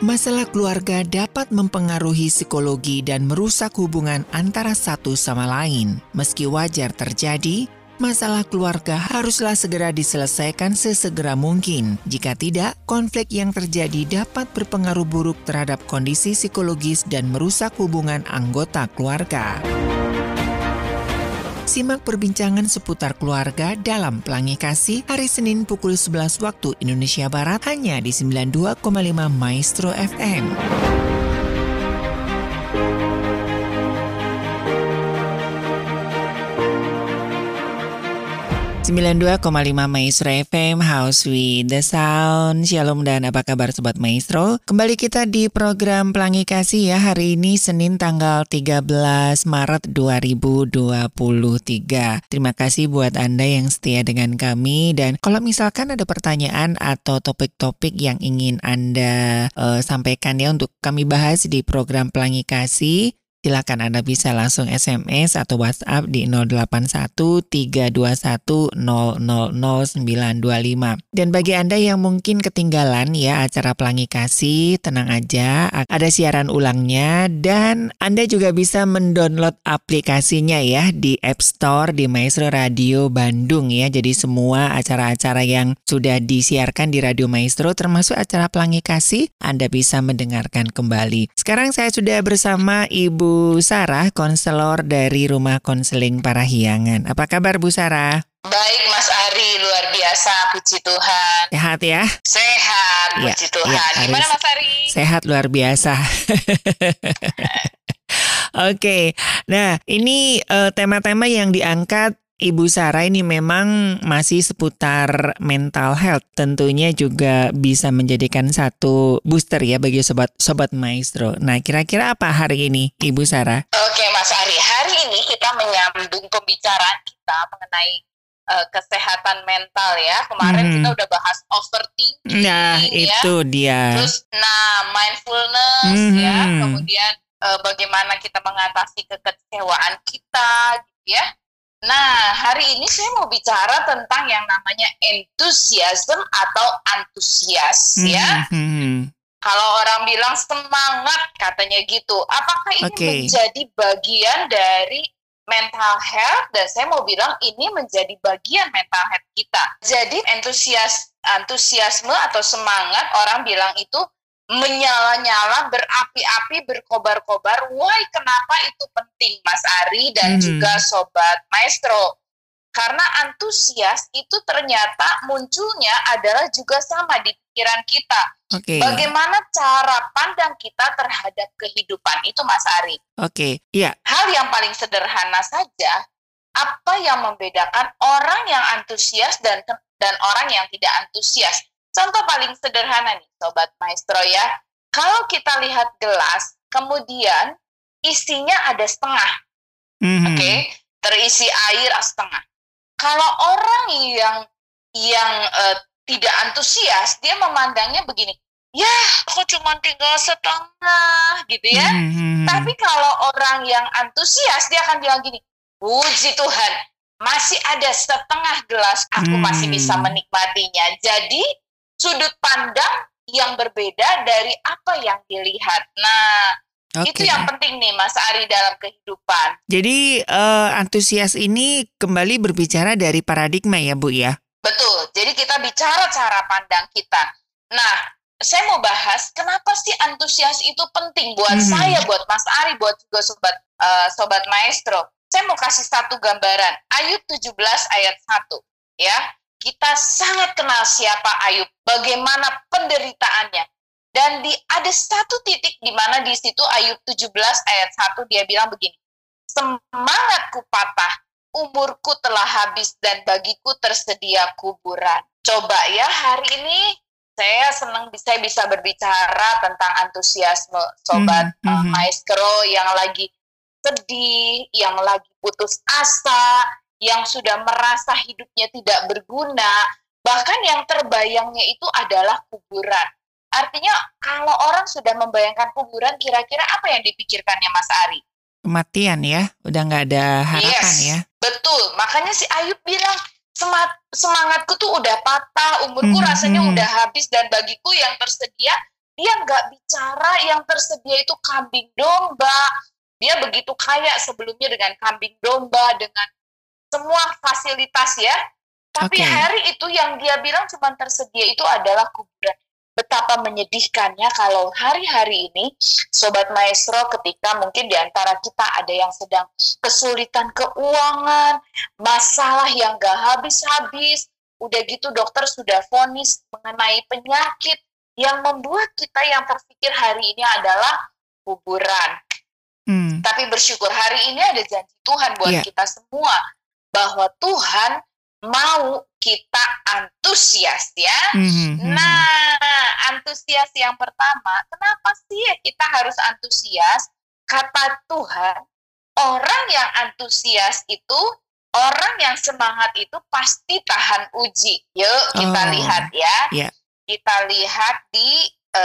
Masalah keluarga dapat mempengaruhi psikologi dan merusak hubungan antara satu sama lain. Meski wajar terjadi, masalah keluarga haruslah segera diselesaikan sesegera mungkin. Jika tidak, konflik yang terjadi dapat berpengaruh buruk terhadap kondisi psikologis dan merusak hubungan anggota keluarga. Simak perbincangan seputar keluarga dalam Pelangi Kasih hari Senin pukul 11 waktu Indonesia Barat hanya di 92,5 Maestro FM. 92,5 Maestro FM, House with the Sound. Shalom dan apa kabar Sobat Maestro? Kembali kita di program Pelangi Kasih ya. Hari ini Senin tanggal 13 Maret 2023. Terima kasih buat Anda yang setia dengan kami. Dan kalau misalkan ada pertanyaan atau topik-topik yang ingin Anda sampaikan ya untuk kami bahas di program Pelangi Kasih, silakan Anda bisa langsung SMS atau WhatsApp di 081321000925. Dan bagi Anda yang mungkin ketinggalan ya acara Pelangi Kasih, tenang aja, ada siaran ulangnya dan Anda juga bisa mendownload aplikasinya ya di App Store di Maestro Radio Bandung ya. Jadi semua acara-acara yang sudah disiarkan di Radio Maestro termasuk acara Pelangi Kasih, Anda bisa mendengarkan kembali. Sekarang saya sudah bersama Ibu Sarah, konselor dari Rumah Konseling Parahyangan. Apa kabar Bu Sarah? Baik Mas Ari, luar biasa, puji Tuhan. Sehat ya? Sehat, puji Tuhan. Gimana Mas Ari? Sehat luar biasa. Oke, nah ini tema-tema yang diangkat Ibu Sarah ini memang masih seputar mental health. Tentunya juga bisa menjadikan satu booster ya bagi sobat Maestro. Nah, kira-kira apa hari ini Ibu Sarah? Oke Mas Ari, hari ini kita menyambung pembicaraan kita mengenai kesehatan mental ya. Kemarin kita udah bahas overthinking. Nah, itu dia. Terus mindfulness ya. Kemudian bagaimana kita mengatasi kekecewaan kita gitu ya. Nah, hari ini saya mau bicara tentang yang namanya enthusiasm atau antusias ya. Kalau orang bilang semangat katanya gitu. Apakah ini menjadi bagian dari mental health? Dan saya mau bilang ini menjadi bagian mental health kita. Jadi antusiasme atau semangat orang bilang itu menyala-nyala, berapi-api, berkobar-kobar. Why? Kenapa itu penting Mas Ari dan juga Sobat Maestro? Karena antusias itu ternyata munculnya adalah juga sama di pikiran kita. Bagaimana cara pandang kita terhadap kehidupan itu Mas Ari? Hal yang paling sederhana saja, apa yang membedakan orang yang antusias dan orang yang tidak antusias? Contoh paling sederhana nih Sobat Maestro ya, kalau kita lihat gelas, kemudian isinya ada setengah, terisi air setengah. Kalau orang yang tidak antusias, dia memandangnya begini, ya kok cuma tinggal setengah gitu ya. Tapi kalau orang yang antusias, dia akan bilang gini, puji Tuhan, masih ada setengah gelas, aku masih bisa menikmatinya. Jadi sudut pandang yang berbeda dari apa yang dilihat. Nah, itu yang penting nih Mas Ari dalam kehidupan. Jadi antusias ini kembali berbicara dari paradigma ya Bu ya? Betul, jadi kita bicara cara pandang kita. Nah, saya mau bahas kenapa sih antusias itu penting buat saya, buat Mas Ari, buat juga Sobat Maestro. Saya mau kasih satu gambaran, Ayub 17 ayat 1 ya. Kita sangat kenal siapa Ayub, bagaimana penderitaannya. Dan ada satu titik di mana di situ Ayub 17 ayat 1 dia bilang begini, semangatku patah, umurku telah habis dan bagiku tersedia kuburan. Coba ya hari ini saya senang saya bisa berbicara tentang antusiasme Sobat Maestro yang lagi sedih, yang lagi putus asa, yang sudah merasa hidupnya tidak berguna, bahkan yang terbayangnya itu adalah kuburan. Artinya kalau orang sudah membayangkan kuburan, kira-kira apa yang dipikirkannya Mas Ari? Kematian ya, udah nggak ada harapan ya. Betul, makanya si Ayub bilang, semangatku tuh udah patah, umurku rasanya udah habis dan bagiku yang tersedia dia nggak bicara yang tersedia itu kambing domba. Dia begitu kaya sebelumnya dengan kambing domba, dengan semua fasilitas ya. Tapi hari itu yang dia bilang cuma tersedia itu adalah kuburan. Betapa menyedihkannya kalau hari-hari ini, Sobat Maestro, ketika mungkin di antara kita ada yang sedang kesulitan keuangan, masalah yang gak habis-habis, udah gitu dokter sudah vonis mengenai penyakit yang membuat kita yang terpikir hari ini adalah kuburan. Tapi bersyukur hari ini ada janji Tuhan buat kita semua, bahwa Tuhan mau kita antusias ya. Nah, antusias yang pertama, kenapa sih kita harus antusias? Kata Tuhan, orang yang antusias itu, orang yang semangat itu pasti tahan uji. Yuk kita lihat ya. Kita lihat di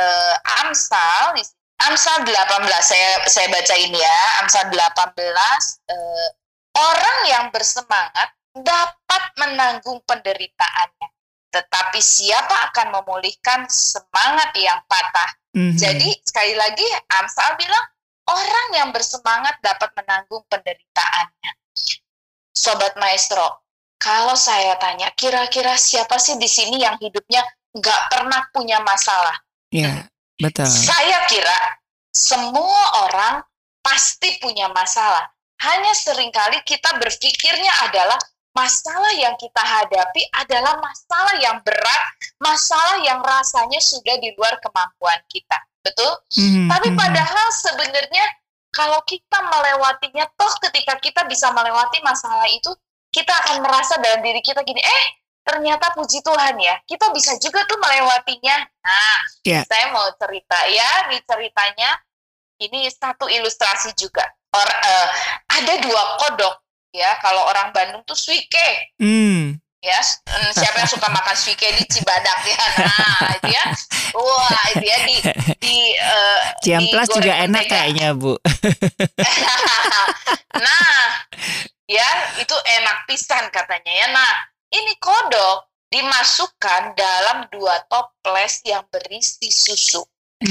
Amsal 18, saya baca ini ya, Amsal 18, orang yang bersemangat dapat menanggung penderitaannya, tetapi siapa akan memulihkan semangat yang patah? Jadi sekali lagi Amsal bilang orang yang bersemangat dapat menanggung penderitaannya. Sobat Maestro, kalau saya tanya, kira-kira siapa sih di sini yang hidupnya nggak pernah punya masalah? Betul. Saya kira semua orang pasti punya masalah. Hanya seringkali kita berpikirnya adalah masalah yang kita hadapi adalah masalah yang berat, masalah yang rasanya sudah di luar kemampuan kita. Betul? Tapi padahal sebenarnya kalau kita melewatinya, toh ketika kita bisa melewati masalah itu, kita akan merasa dalam diri kita gini, ternyata puji Tuhan ya, kita bisa juga tuh melewatinya. Nah, saya mau cerita ya, nih ceritanya, ini satu ilustrasi juga. Ada 2 kodok. Ya, kalau orang Bandung tuh suike. Ya, siapa yang suka makan suike di Cibadak ya? Nah, itu ya. Wah, itu ya di Ciamplas juga enak kayaknya, Bu. Nah, ya, itu enak pisan katanya ya. Nah, ini kodok dimasukkan dalam 2 toples yang berisi susu.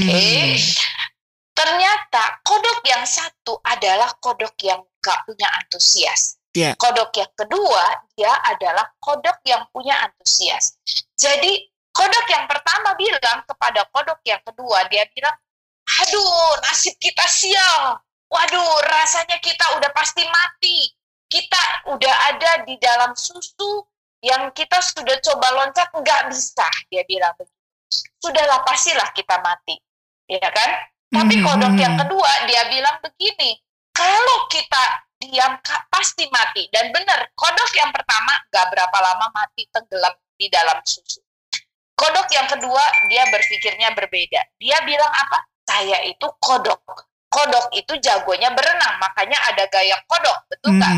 Ternyata kodok yang satu adalah kodok yang gak punya antusias. Kodok yang kedua, dia adalah kodok yang punya antusias. Jadi kodok yang pertama bilang kepada kodok yang kedua, dia bilang, aduh nasib kita sial. Waduh rasanya kita udah pasti mati. Kita udah ada di dalam susu yang kita sudah coba loncat, nggak bisa. Dia bilang begitu. Sudahlah pastilah kita mati. Ya kan? Tapi kodok yang kedua dia bilang begini, kalau kita diam pasti mati. Dan benar, kodok yang pertama gak berapa lama mati tenggelam di dalam susu. Kodok yang kedua dia berpikirnya berbeda. Dia bilang apa? Saya itu kodok. Kodok itu jagonya berenang, makanya ada gaya kodok, betul nggak?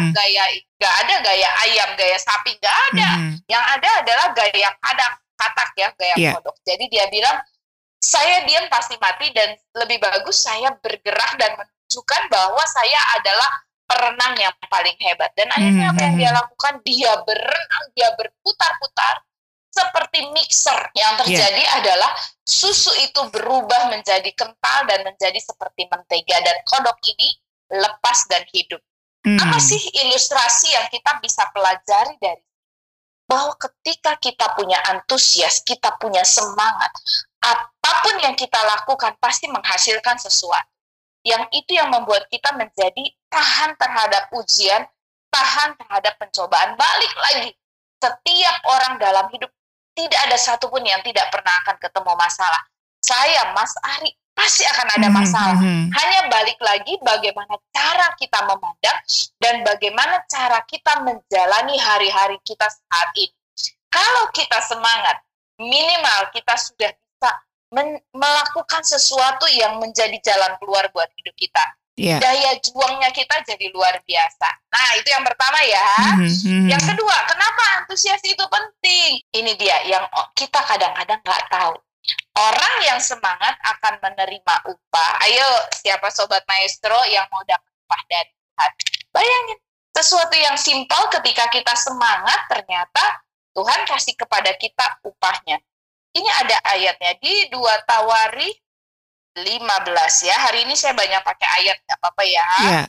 Gak ada gaya ayam, gaya sapi, gak ada. Yang ada adalah gaya katak ya, gaya kodok. Jadi dia bilang, saya diam pasti mati dan lebih bagus saya bergerak dan menunjukkan bahwa saya adalah perenang yang paling hebat. Dan akhirnya apa yang dia lakukan? Dia berenang, dia berputar-putar seperti mixer. Yang terjadi adalah susu itu berubah menjadi kental dan menjadi seperti mentega. Dan kodok ini lepas dan hidup. Apa sih ilustrasi yang kita bisa pelajari dari bahwa ketika kita punya antusias, kita punya semangat, apapun yang kita lakukan pasti menghasilkan sesuatu. Yang itu yang membuat kita menjadi tahan terhadap ujian, tahan terhadap pencobaan. Balik lagi, setiap orang dalam hidup tidak ada satupun yang tidak pernah akan ketemu masalah. Saya, Mas Ari, pasti akan ada masalah. Hanya balik lagi bagaimana cara kita memandang dan bagaimana cara kita menjalani hari-hari kita saat ini. Kalau kita semangat, minimal kita sudah bisa melakukan sesuatu yang menjadi jalan keluar buat hidup kita. Daya juangnya kita jadi luar biasa. Nah, itu yang pertama ya. Yang kedua, kenapa antusias itu penting? Ini dia yang kita kadang-kadang nggak tahu. Orang yang semangat akan menerima upah. Ayo, siapa Sobat Maestro yang mau dapat upah dari Tuhan? Bayangin, sesuatu yang simpel ketika kita semangat, ternyata Tuhan kasih kepada kita upahnya. Ini ada ayatnya di 2 Tawari 15 ya. Hari ini saya banyak pakai ayat, nggak apa-apa ya. Ya.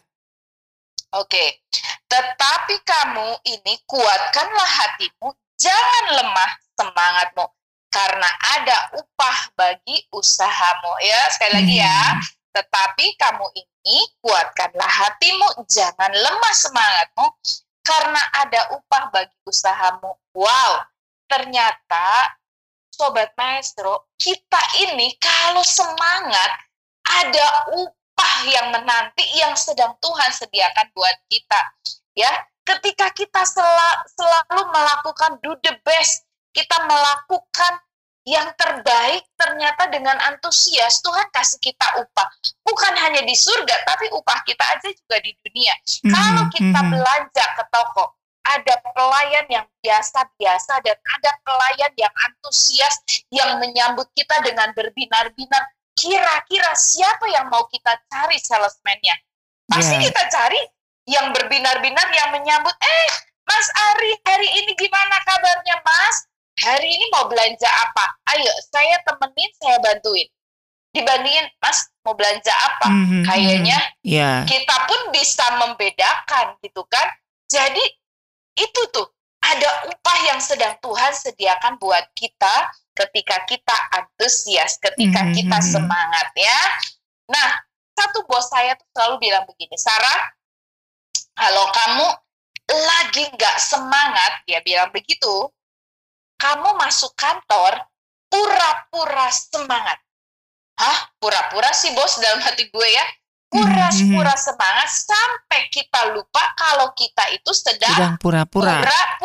Oke. Tetapi kamu ini kuatkanlah hatimu, jangan lemah semangatmu, karena ada upah bagi usahamu. Ya, sekali lagi ya. Tetapi kamu ini kuatkanlah hatimu, jangan lemah semangatmu, karena ada upah bagi usahamu. Wow, ternyata Sobat Maestro, kita ini kalau semangat, ada upah yang menanti yang sedang Tuhan sediakan buat kita. Ya, ketika kita selalu melakukan do the best, kita melakukan yang terbaik, ternyata dengan antusias Tuhan kasih kita upah. Bukan hanya di surga, tapi upah kita aja juga di dunia. Kalau kita belanja ke toko, ada pelayan yang biasa-biasa dan ada pelayan yang antusias yang menyambut kita dengan berbinar-binar. Kira-kira siapa yang mau kita cari salesman-nya? Pasti kita cari yang berbinar-binar, yang menyambut, Mas Ari, hari ini gimana kabarnya Mas? Hari ini mau belanja apa? Ayo, saya temenin, saya bantuin. Dibandingin, Mas mau belanja apa? Kayaknya kita pun bisa membedakan gitu kan. Jadi itu tuh, ada upah yang sedang Tuhan sediakan buat kita ketika kita antusias, ketika kita semangat ya. Nah, satu bos saya tuh selalu bilang begini, Sarah, kalau kamu lagi nggak semangat, dia bilang begitu, kamu masuk kantor pura-pura semangat. Hah? Pura-pura sih bos, dalam hati gue ya. Pura-pura semangat sampai kita lupa kalau kita itu sedang pura-pura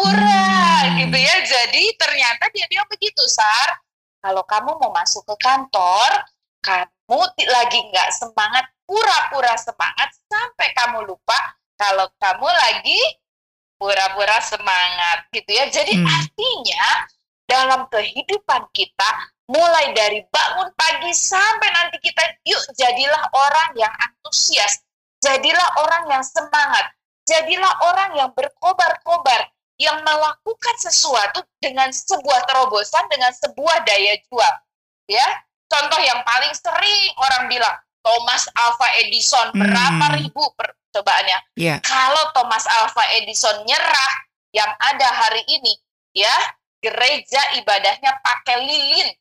gitu ya. Jadi ternyata dia bilang begitu, Sar. Kalau kamu mau masuk ke kantor, kamu lagi nggak semangat, pura-pura semangat sampai kamu lupa kalau kamu lagi pura-pura semangat gitu ya. Jadi artinya dalam kehidupan kita, mulai dari bangun pagi sampai nanti kita, yuk jadilah orang yang antusias, jadilah orang yang semangat, jadilah orang yang berkobar-kobar, yang melakukan sesuatu dengan sebuah terobosan, dengan sebuah daya juang. Ya, contoh yang paling sering orang bilang, Thomas Alva Edison, berapa ribu percobaannya. Kalau Thomas Alva Edison nyerah, yang ada hari ini, ya, gereja ibadahnya pakai lilin,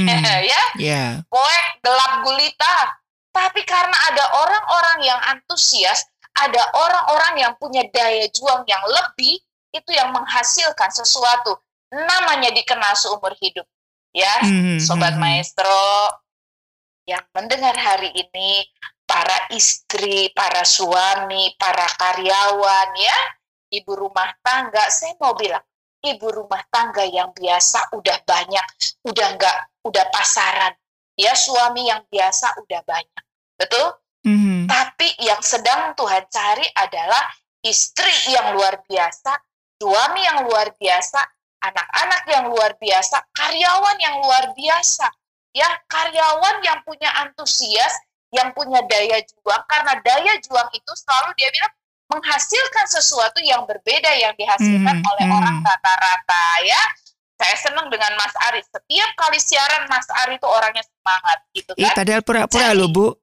poek gelap gulita. Tapi karena ada orang-orang yang antusias, ada orang-orang yang punya daya juang yang lebih, itu yang menghasilkan sesuatu. Namanya dikenal seumur hidup. Ya, Sobat Maestro yang mendengar hari ini, para istri, para suami, para karyawan, ya, ibu rumah tangga, saya mau bilang, ibu rumah tangga yang biasa udah banyak, udah pasaran. Ya, suami yang biasa udah banyak. Betul? Tapi yang sedang Tuhan cari adalah istri yang luar biasa, suami yang luar biasa, anak-anak yang luar biasa, karyawan yang luar biasa. Ya, karyawan yang punya antusias, yang punya daya juang, karena daya juang itu selalu dia bilang menghasilkan sesuatu yang berbeda yang dihasilkan oleh orang rata-rata ya. Saya senang dengan Mas Ari. Setiap kali siaran Mas Ari itu orangnya semangat gitu kan. Padahal pura-pura loh Bu.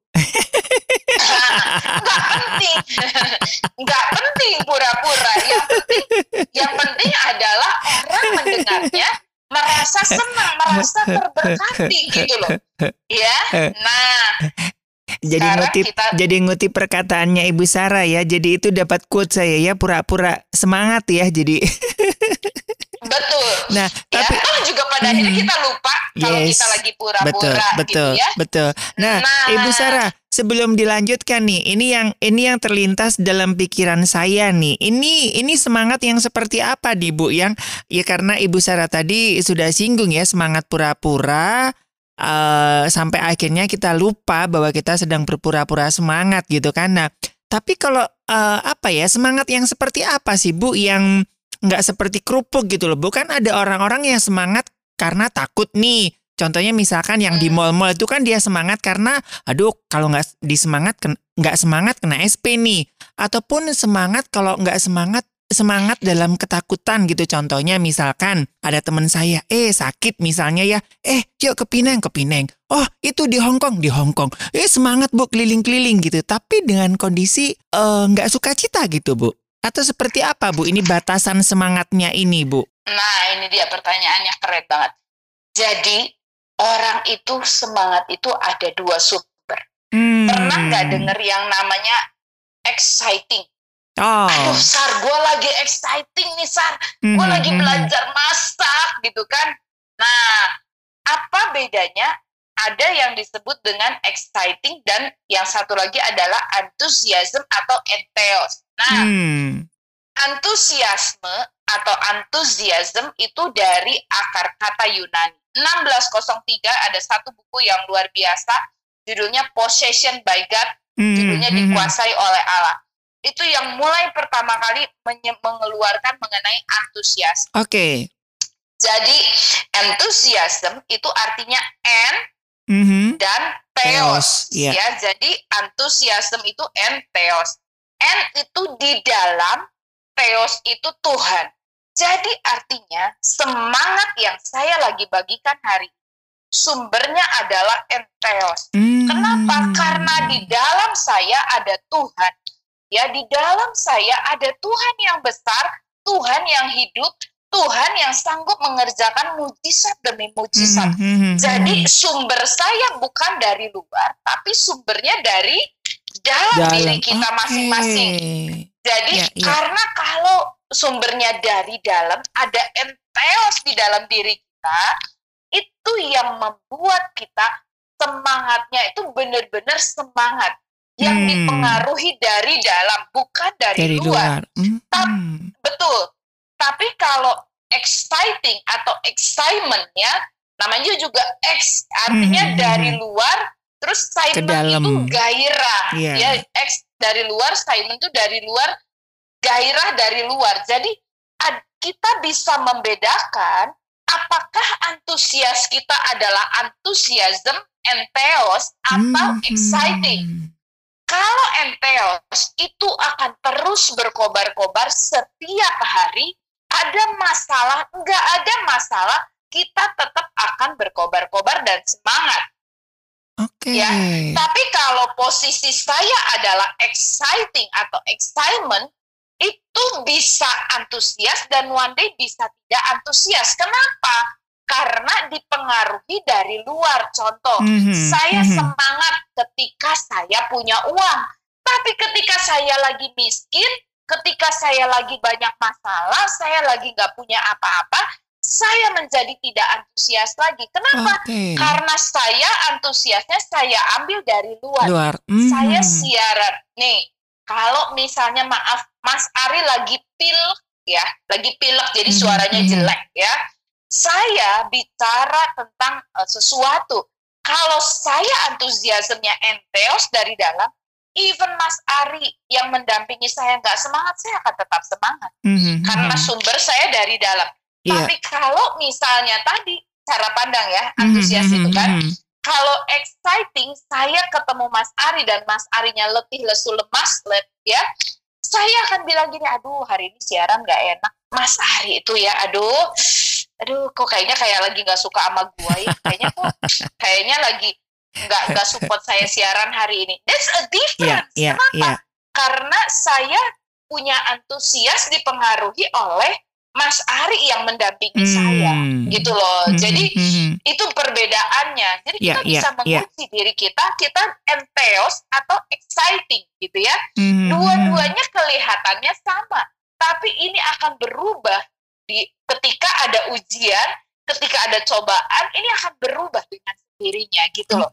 Nggak penting. Nggak penting pura-pura. Yang penting adalah orang mendengarnya merasa senang, merasa terberkati gitu loh. Ya. Nah, Jadi ngutip perkataannya Ibu Sarah ya. Jadi itu dapat quote saya ya, pura-pura semangat ya. Jadi betul. Nah, tapi juga pada akhirnya kita lupa kalau kita lagi pura-pura gitu ya. Betul. Nah, Ibu Sarah, sebelum dilanjutkan nih, ini yang terlintas dalam pikiran saya nih. Ini semangat yang seperti apa nih Bu? Yang ya karena Ibu Sarah tadi sudah singgung ya, semangat pura-pura. Sampai akhirnya kita lupa bahwa kita sedang berpura-pura semangat gitu kan. Nah, tapi kalau semangat yang seperti apa sih Bu yang nggak seperti kerupuk gitu loh? Bukan ada orang-orang yang semangat karena takut nih. Contohnya misalkan yang di mall-mall itu kan dia semangat karena aduh kalau nggak semangat kena SP nih. Ataupun semangat kalau nggak semangat semangat dalam ketakutan gitu. Contohnya misalkan ada teman saya, sakit misalnya ya, yuk ke Pineng. Oh itu di Hong Kong. Semangat Bu, keliling-keliling gitu. Tapi dengan kondisi nggak sukacita gitu Bu. Atau seperti apa Bu? Ini batasan semangatnya ini Bu. Nah ini dia pertanyaannya keren banget. Jadi orang itu semangat itu ada dua sumber. Pernah nggak denger yang namanya exciting? Aduh Sar, gue lagi exciting nih Sar, gue lagi belajar masak gitu kan. Nah, apa bedanya? Ada yang disebut dengan exciting dan yang satu lagi adalah enthusiasm atau entheos. Nah, antusiasme atau enthusiasm itu dari akar kata Yunani. 1603 ada satu buku yang luar biasa, judulnya Possession by God, judulnya dikuasai oleh Allah. Itu yang mulai pertama kali mengeluarkan mengenai antusias. Oke. Jadi enthusiasm itu artinya dan theos. Yeah. Ya, jadi enthusiasm itu theos. Itu di dalam, theos itu Tuhan. Jadi artinya semangat yang saya lagi bagikan hari ini sumbernya adalah entheos. Kenapa? Karena di dalam saya ada Tuhan. Ya, di dalam saya ada Tuhan yang besar, Tuhan yang hidup, Tuhan yang sanggup mengerjakan mujizat demi mujizat. Jadi sumber saya bukan dari luar, tapi sumbernya dari dalam diri kita masing-masing. Jadi karena kalau sumbernya dari dalam, ada entheos di dalam diri kita, itu yang membuat kita semangatnya itu benar-benar semangat yang dipengaruhi dari dalam, bukan dari luar. Betul. Tapi kalau exciting atau excitement ya, namanya juga artinya dari luar, terus excitement itu gairah. Ya, dari luar, excitement itu dari luar, gairah dari luar. Jadi kita bisa membedakan apakah antusias kita adalah enthusiasm, entheos, atau exciting. Kalau entheos itu akan terus berkobar-kobar setiap hari, ada masalah, enggak ada masalah, kita tetap akan berkobar-kobar dan semangat. Ya, tapi kalau posisi saya adalah exciting atau excitement, itu bisa antusias dan one day bisa tidak antusias. Kenapa? Karena dipengaruhi dari luar. Contoh, saya semangat ketika saya punya uang. Tapi ketika saya lagi miskin, ketika saya lagi banyak masalah, saya lagi nggak punya apa-apa, saya menjadi tidak antusias lagi. Kenapa? Karena saya antusiasnya saya ambil dari luar. Saya siaran. Nih, kalau misalnya maaf, Mas Ari lagi pilek ya, lagi pilek jadi suaranya jelek ya. Saya bicara tentang sesuatu. Kalau saya antusiasmenya entheos dari dalam, even Mas Ari yang mendampingi saya nggak semangat, saya akan tetap semangat. Karena sumber saya dari dalam. Tapi kalau misalnya tadi, cara pandang ya, antusias itu kan, kalau exciting, saya ketemu Mas Ari dan Mas Arinya letih, lesu, lemas, ya, saya akan bilang gini, aduh hari ini siaran nggak enak. Mas Ari itu ya, aduh kok kayaknya lagi nggak suka sama gue ya, kayaknya lagi nggak support saya siaran hari ini. That's a difference. Kenapa? Karena saya punya antusias dipengaruhi oleh Mas Ari yang mendampingi saya, gitu loh. Jadi itu perbedaannya. Jadi kita bisa menguji diri kita entheos atau exciting, gitu ya. Dua-duanya kelihatannya sama, tapi ini akan berubah ketika ada ujian, ketika ada cobaan, ini akan berubah dengan sendirinya, gitu loh.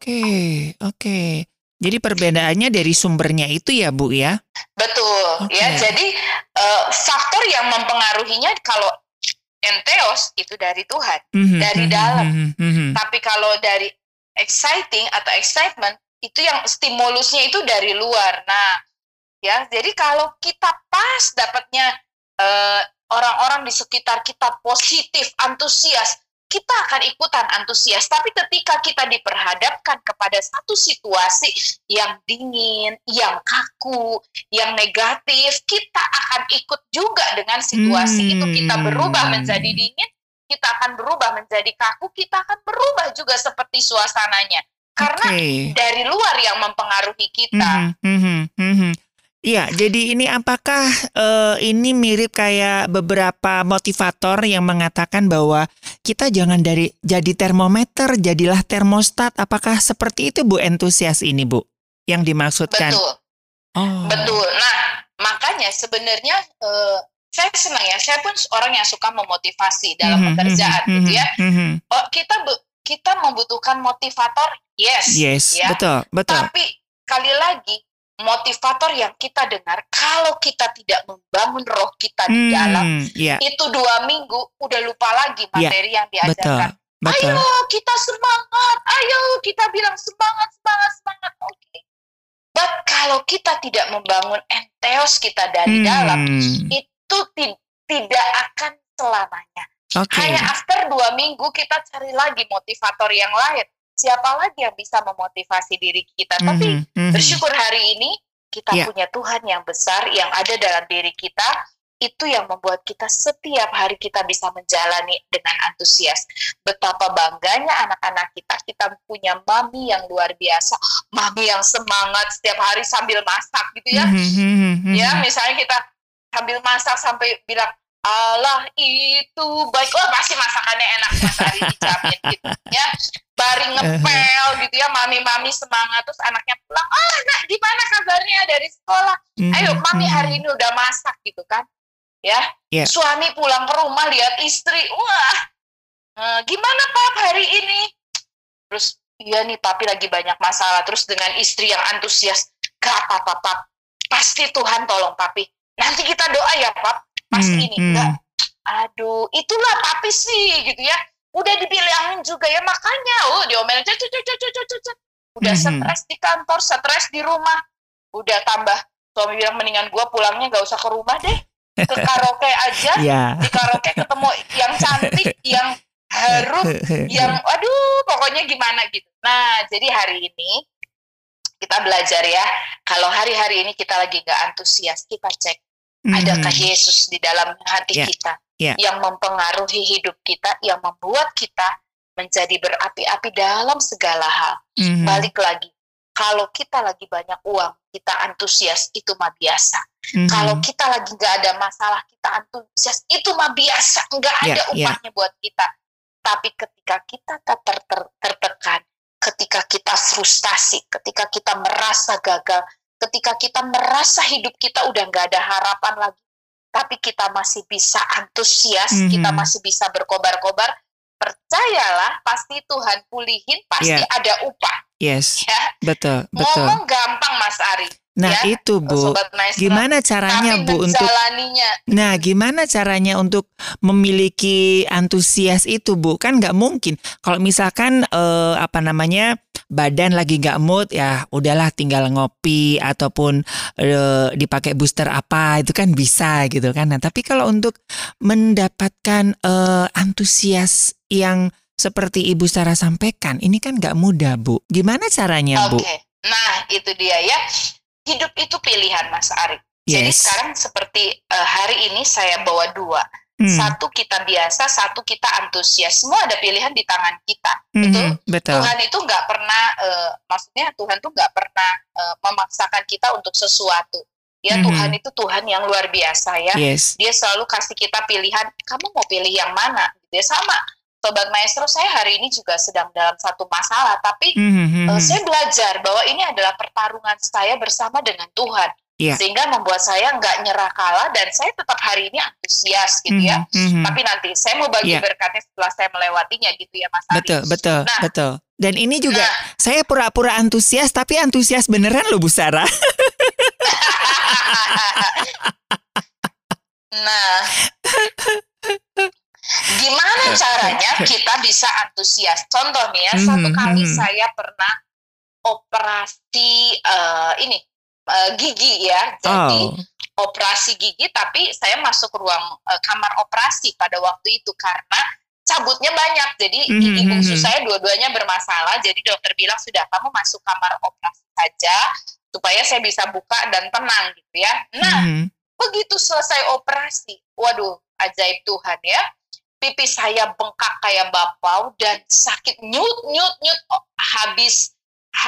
Oke. Jadi perbedaannya dari sumbernya itu ya, Bu ya? Betul, ya. Jadi faktor yang mempengaruhinya kalau entheos itu dari Tuhan, dari dalam. Tapi kalau dari exciting atau excitement, itu yang stimulusnya itu dari luar. Nah, ya, jadi kalau kita pas dapatnya orang-orang di sekitar kita positif, antusias, kita akan ikutan antusias. Tapi ketika kita diperhadapkan kepada satu situasi yang dingin, yang kaku, yang negatif, kita akan ikut juga dengan situasi itu. Kita berubah menjadi dingin, kita akan berubah menjadi kaku, kita akan berubah juga seperti suasananya. Karena dari luar yang mempengaruhi kita. Iya, jadi ini apakah ini mirip kayak beberapa motivator yang mengatakan bahwa kita jangan jadi termometer, jadilah termostat. Apakah seperti itu Bu entusias ini Bu yang dimaksudkan? Betul. Betul. Nah, makanya sebenarnya saya senang ya. Saya pun orang yang suka memotivasi dalam pekerjaan gitu ya. Kita membutuhkan motivator, yes, ya. Betul. Tapi kali lagi motivator yang kita dengar, kalau kita tidak membangun roh kita di dalam, itu 2 minggu udah lupa lagi materi yang diajarkan. Betul. Ayo kita semangat, ayo kita bilang semangat. Oke. But kalau kita tidak membangun enteos kita dari dalam, itu tidak akan selamanya. Hanya after 2 minggu kita cari lagi motivator yang lain. Siapa lagi yang bisa memotivasi diri kita? Tapi bersyukur hari ini kita punya Tuhan yang besar yang ada dalam diri kita. Itu yang membuat kita setiap hari kita bisa menjalani dengan antusias. Betapa bangganya anak-anak kita punya mami yang luar biasa, mami yang semangat setiap hari sambil masak gitu ya. Ya, misalnya kita sambil masak sampai bilang, Allah itu baik, pasti masakannya enak Mas Ari, dijamin gitu ya. Baring ngepel gitu ya, mami semangat, terus anaknya pulang, nak gimana kabarnya dari sekolah? Ayo mami hari ini udah masak gitu kan ya. Suami pulang ke rumah lihat istri, wah gimana Pap hari ini? Terus iya nih papi lagi banyak masalah. Terus dengan istri yang antusias, gak apa-apa Pap, pasti Tuhan tolong papi, nanti kita doa ya Pap. Pasti ini enggak, aduh itulah papi sih gitu ya, udah dibilangin juga ya, makanya diomelin udah stres di kantor, stres di rumah, udah tambah suami bilang mendingan gue pulangnya gak usah ke rumah deh, ke karaoke aja. Di karaoke ketemu yang cantik, yang harum, yang pokoknya gimana gitu. Nah jadi hari ini kita belajar ya, kalau hari-hari ini kita lagi gak antusias, kita cek adakah Yesus di dalam hati kita yang mempengaruhi hidup kita, yang membuat kita menjadi berapi-api dalam segala hal. Balik lagi, kalau kita lagi banyak uang, kita antusias, itu mah biasa. Kalau kita lagi gak ada masalah, kita antusias, itu mah biasa, gak ada upahnya buat kita. Tapi ketika kita tertekan, ketika kita frustasi, ketika kita merasa gagal, ketika kita merasa hidup kita udah gak ada harapan lagi, tapi kita masih bisa antusias, kita masih bisa berkobar-kobar, percayalah pasti Tuhan pulihin, pasti ada upah. Yes, ya? Betul. Ngomong gampang Mas Ari. Nah ya, itu Bu, gimana caranya Bu untuk gimana caranya untuk memiliki antusias itu Bu? Kan nggak mungkin kalau misalkan badan lagi nggak mood, ya udahlah tinggal ngopi ataupun dipakai booster apa itu kan bisa gitu kan. Nah tapi kalau untuk mendapatkan antusias yang seperti Ibu Sarah sampaikan, ini kan nggak mudah Bu. Gimana caranya Bu? Nah itu dia ya. Hidup itu pilihan Mas Ari. Jadi sekarang seperti hari ini saya bawa 2. Satu kita biasa, satu kita antusias. Semua ada pilihan di tangan kita. Betul. Tuhan itu nggak pernah, maksudnya Tuhan tuh nggak pernah memaksakan kita untuk sesuatu. Ya Tuhan itu Tuhan yang luar biasa ya. Dia selalu kasih kita pilihan. Kamu mau pilih yang mana? Gitu ya, sama. Sobat Maestro, saya hari ini juga sedang dalam satu masalah, tapi saya belajar bahwa ini adalah pertarungan saya bersama dengan Tuhan, sehingga membuat saya nggak nyerah kalah dan saya tetap hari ini antusias gitu ya. Tapi nanti saya mau bagi berkatnya setelah saya melewatinya gitu ya Mas Ari. Betul. Dan ini juga saya pura-pura antusias, tapi antusias beneran loh Bu Sarah. Nah, gimana caranya kita bisa antusias? Contoh nih ya, satu kali saya pernah operasi gigi ya. Jadi operasi gigi, tapi saya masuk ruang kamar operasi pada waktu itu karena cabutnya banyak. Jadi gigi bungsu saya dua-duanya bermasalah. Jadi dokter bilang sudah kamu masuk kamar operasi saja supaya saya bisa buka dan tenang gitu ya. Nah, begitu selesai operasi, waduh, ajaib Tuhan ya. Pipi saya bengkak kayak bapau dan sakit nyut. Habis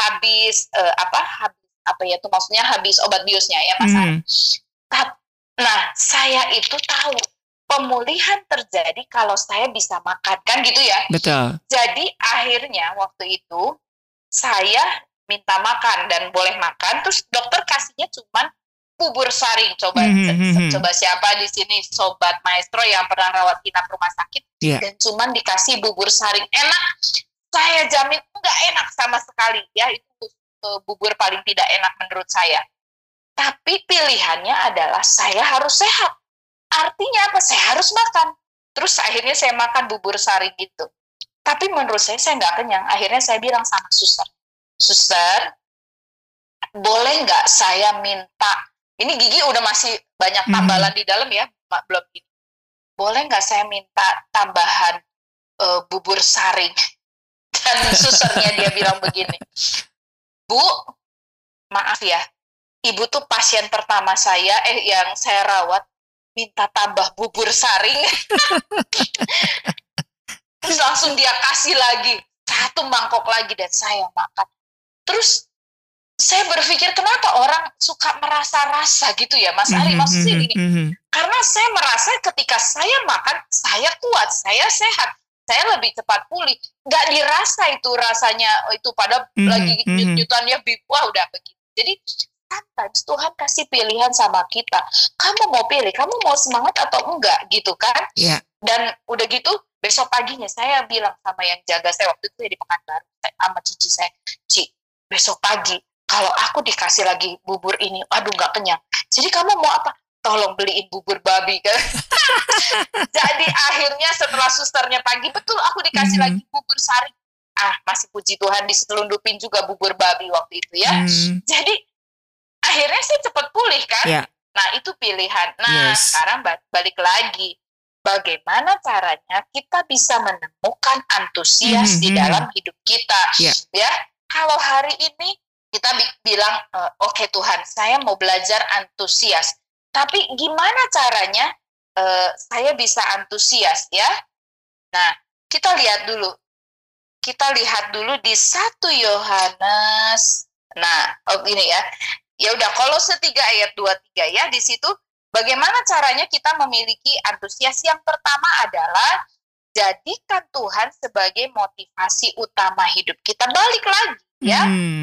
apa ya itu maksudnya habis obat biusnya ya Mas. Nah, saya itu tahu pemulihan terjadi kalau saya bisa makan kan gitu ya. Betul. Jadi akhirnya waktu itu saya minta makan dan boleh makan, terus dokter kasihnya cuman bubur saring. Coba siapa di sini sobat maestro yang pernah rawat inap rumah sakit dan cuman dikasih bubur saring enak. Saya jamin enggak enak sama sekali ya, itu bubur paling tidak enak menurut saya. Tapi pilihannya adalah saya harus sehat. Artinya apa? Saya harus makan. Terus akhirnya saya makan bubur saring gitu. Tapi menurut saya nggak kenyang. Akhirnya saya bilang sama suster, boleh nggak saya minta, ini gigi udah masih banyak tambalan di dalam ya, belum gitu. Boleh nggak saya minta tambahan bubur saring? Dan susternya dia bilang begini, Bu, maaf ya, Ibu tuh pasien pertama saya, yang saya rawat, minta tambah bubur saring. Terus langsung dia kasih lagi, 1 mangkok lagi dan saya makan. Terus saya berpikir kenapa orang suka merasa rasa gitu ya Mas Ari, maksudnya gini, karena saya merasa ketika saya makan, saya kuat, saya sehat, saya lebih cepat pulih. Nggak dirasa itu rasanya, itu pada lagi nyut-nyutannya, wah udah begitu. Jadi sometimes Tuhan kasih pilihan sama kita. Kamu mau pilih, kamu mau semangat atau enggak gitu kan? Yeah. Dan udah gitu, besok paginya saya bilang sama yang jaga saya, waktu itu di Pekanbaru, sama cici saya, Ci, besok pagi kalau aku dikasih lagi bubur ini, aduh nggak kenyang. Jadi kamu mau apa? Tolong beliin bubur babi kan? Jadi akhirnya setelah susternya pagi, betul aku dikasih lagi bubur saring. Masih puji Tuhan diselundupin juga bubur babi waktu itu ya. Jadi akhirnya saya cepat pulih kan. Yeah. Nah itu pilihan. Nah sekarang balik lagi, bagaimana caranya kita bisa menemukan antusias di dalam hidup kita. Ya, kalau hari ini kita bilang oke Tuhan, saya mau belajar antusias. Tapi gimana caranya saya bisa antusias ya? Nah kita lihat dulu di 1 Yohanes. Nah, ini ya. Ya udah, Kolose 3 ayat 23 ya, di situ bagaimana caranya kita memiliki antusias? Yang pertama adalah jadikan Tuhan sebagai motivasi utama hidup kita. Balik lagi ya.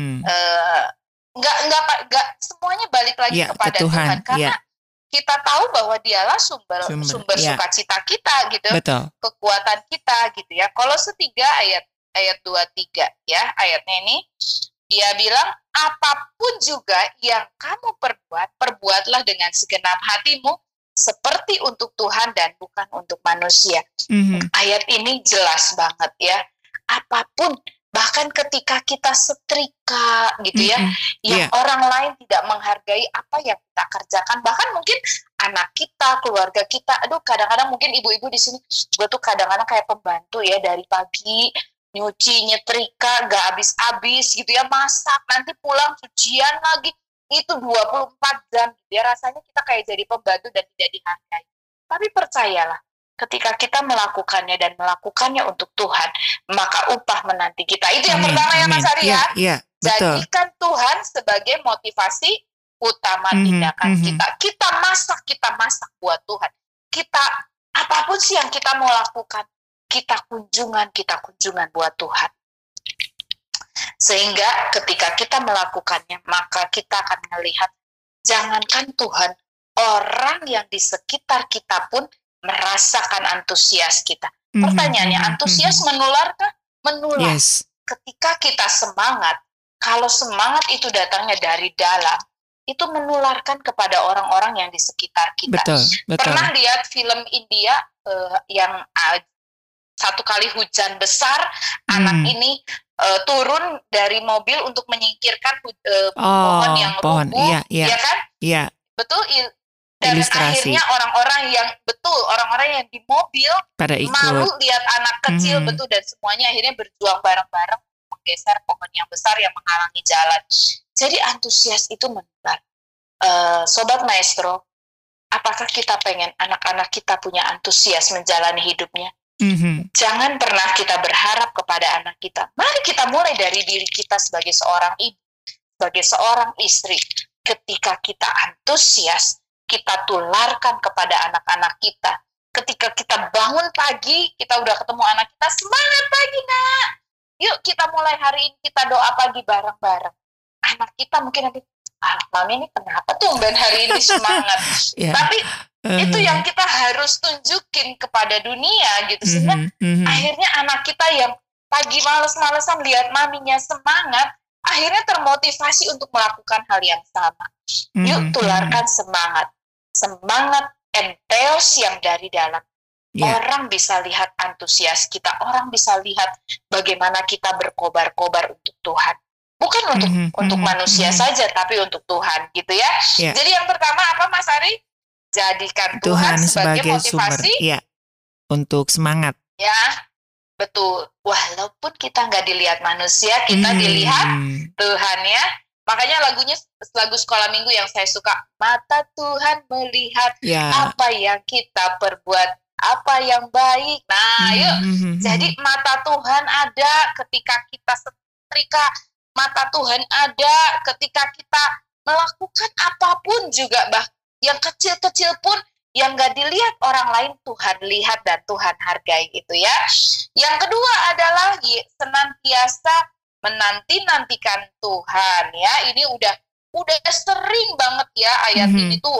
Enggak semuanya balik lagi kepada Tuhan karena kita tahu bahwa Dialah sumber sukacita kita gitu. Betul. Kekuatan kita gitu ya. Kolose 3 ayat 23 ya, ayatnya ini dia bilang, apapun juga yang kamu perbuatlah dengan segenap hatimu seperti untuk Tuhan dan bukan untuk manusia. Ayat ini jelas banget ya. Apapun, bahkan ketika kita setrika gitu ya, yang orang lain tidak menghargai apa yang kita kerjakan, bahkan mungkin anak kita, keluarga kita, aduh kadang-kadang mungkin ibu-ibu di sini juga tuh kadang-kadang kayak pembantu ya, dari pagi nyuci, nyetrika, gak habis-habis gitu ya, masak, nanti pulang cucian lagi, itu 24 jam gitu ya, rasanya kita kayak jadi pembantu dan tidak dihargai. Tapi percayalah, ketika kita melakukannya dan melakukannya untuk Tuhan, maka upah menanti kita. Itu yang pertama ya Mas Ari ya. Jadikan Tuhan sebagai motivasi utama tindakan kita. Kita masak buat Tuhan. Kita, apapun sih yang kita mau lakukan, kita kunjungan buat Tuhan. Sehingga ketika kita melakukannya, maka kita akan melihat, jangankan Tuhan, orang yang di sekitar kita pun merasakan antusias kita. Pertanyaannya, antusias menularkah? Menular. Yes. Ketika kita semangat, kalau semangat itu datangnya dari dalam, itu menularkan kepada orang-orang yang di sekitar kita. Betul. Pernah lihat film India yang satu kali hujan besar, anak ini turun dari mobil untuk menyingkirkan pohon yang lumpuh, ya kan? Iya. Betul. Dan ilustrasi. akhirnya orang-orang yang di mobil pada ikut. malu lihat anak kecil, betul, dan semuanya akhirnya berjuang bareng-bareng menggeser pohon yang besar yang menghalangi jalan. Jadi antusias itu menebar. Sobat Maestro, apakah kita pengen anak-anak kita punya antusias menjalani hidupnya? Jangan pernah kita berharap kepada anak kita. Mari kita mulai dari diri kita sebagai seorang ibu, sebagai seorang istri. Ketika kita antusias, kita tularkan kepada anak-anak kita. Ketika kita bangun pagi, kita udah ketemu anak kita, semangat pagi nak, yuk kita mulai hari ini, kita doa pagi bareng-bareng. Anak kita mungkin nanti, mami ini kenapa tuh ben hari ini semangat. Tapi itu yang kita harus tunjukin kepada dunia gitu, sehingga akhirnya anak kita yang pagi males-malesan lihat maminya semangat, akhirnya termotivasi untuk melakukan hal yang sama. Yuk tularkan semangat enteos yang dari dalam. Orang bisa lihat antusias kita, orang bisa lihat bagaimana kita berkobar-kobar untuk Tuhan. Bukan untuk manusia saja, tapi untuk Tuhan gitu ya. Jadi yang pertama apa Mas Ari? Jadikan Tuhan sebagai motivasi sumber, untuk semangat. Ya, betul. Walaupun kita nggak dilihat manusia, kita dilihat Tuhan ya. Makanya lagu sekolah minggu yang saya suka, mata Tuhan melihat apa yang kita perbuat, apa yang baik. Nah, yuk. Jadi mata Tuhan ada ketika kita setrika, mata Tuhan ada ketika kita melakukan apapun juga, yang kecil-kecil pun yang nggak dilihat orang lain, Tuhan lihat dan Tuhan hargai gitu ya. Yang kedua adalah senantiasa menanti-nantikan Tuhan ya. Ini udah sering banget ya ayat ini tuh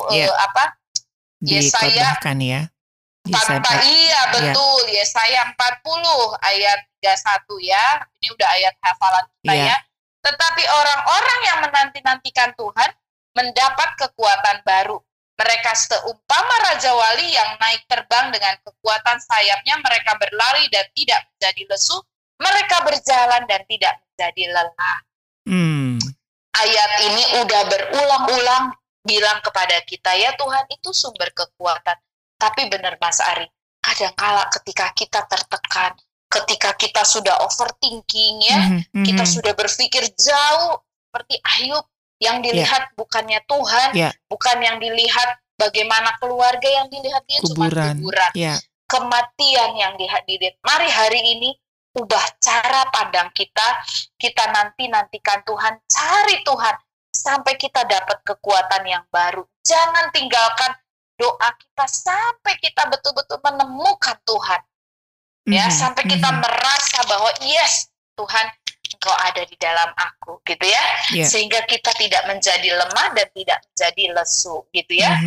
Yesaya ya. Iya betul, Yesaya 40 ayat 31 ya. Ini udah ayat hafalan kita ya. Tetapi orang-orang yang menanti-nantikan Tuhan mendapat kekuatan baru. Mereka seumpama Raja Wali yang naik terbang dengan kekuatan sayapnya. Mereka berlari dan tidak menjadi lesu. Mereka berjalan dan tidak menjadi lelah. Ayat ini udah berulang-ulang bilang kepada kita ya, Tuhan itu sumber kekuatan. Tapi benar Mas Ari, kadangkala ketika kita tertekan, ketika kita sudah overthinking ya, kita sudah berpikir jauh seperti Ayub, yang dilihat bukannya Tuhan, bukan yang dilihat bagaimana keluarga, yang dilihat dia cuma kuburan, kematian yang dilihat. Mari hari ini ubah cara pandang kita nantikan Tuhan, cari Tuhan sampai kita dapat kekuatan yang baru. Jangan tinggalkan doa kita sampai kita betul-betul menemukan Tuhan. Ya, sampai kita merasa bahwa yes, Tuhan Engkau ada di dalam aku gitu ya. Sehingga kita tidak menjadi lemah dan tidak menjadi lesu gitu ya.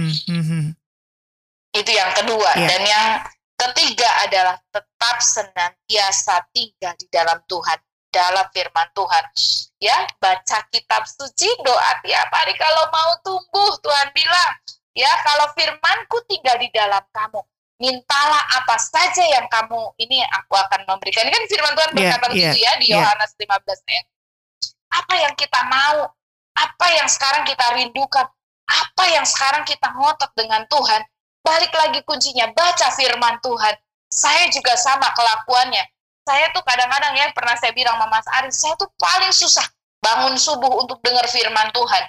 Itu yang kedua. Dan yang ketiga adalah tetap senantiasa tinggal di dalam Tuhan, dalam firman Tuhan. Ya, baca kitab suci, doa tiap hari kalau mau tumbuh. Tuhan bilang, ya, kalau firmanku tinggal di dalam kamu, mintalah apa saja yang kamu ini aku akan memberikan. Ini kan firman Tuhan berkata begitu ya di Yohanes 15 ayat. Apa yang kita mau, apa yang sekarang kita rindukan, apa yang sekarang kita ngotot dengan Tuhan, balik lagi kuncinya, baca firman Tuhan. Saya juga sama kelakuannya. Saya tuh kadang-kadang ya, pernah saya bilang sama Mas Ari, saya tuh paling susah bangun subuh untuk dengar firman Tuhan.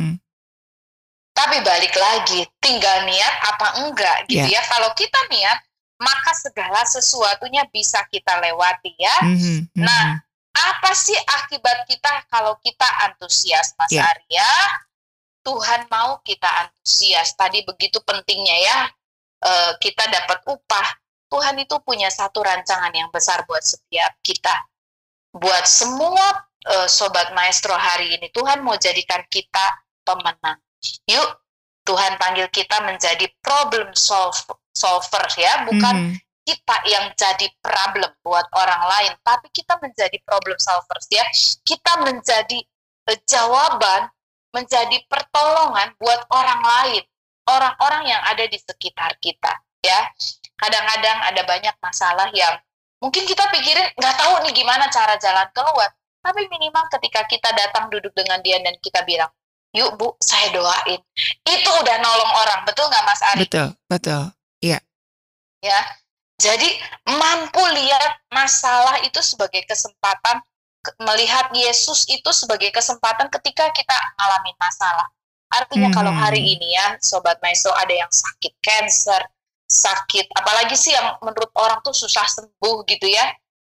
Tapi balik lagi, tinggal niat apa enggak gitu ya. Kalau kita niat, maka segala sesuatunya bisa kita lewati ya. Nah, apa sih akibat kita kalau kita antusias, Mas Arya? Tuhan mau kita antusias. Tadi begitu pentingnya ya, kita dapat upah. Tuhan itu punya satu rancangan yang besar buat setiap kita. Buat semua Sobat Maestro hari ini, Tuhan mau jadikan kita pemenang. Yuk, Tuhan panggil kita menjadi problem solver ya, bukan kita yang jadi problem buat orang lain, tapi kita menjadi problem solvers ya. Kita menjadi jawaban, menjadi pertolongan buat orang lain, orang-orang yang ada di sekitar kita ya. Kadang-kadang ada banyak masalah yang mungkin kita pikirin nggak tahu nih gimana cara jalan keluar, tapi minimal ketika kita datang duduk dengan dia dan kita bilang, yuk Bu, saya doain. Itu udah nolong orang, betul nggak Mas Ari? Betul. Iya. Ya, jadi mampu lihat masalah itu sebagai kesempatan, melihat Yesus itu sebagai kesempatan ketika kita ngalamin masalah. Artinya kalau hari ini ya, Sobat Maestro, ada yang sakit cancer, sakit, apalagi sih yang menurut orang tuh susah sembuh gitu ya,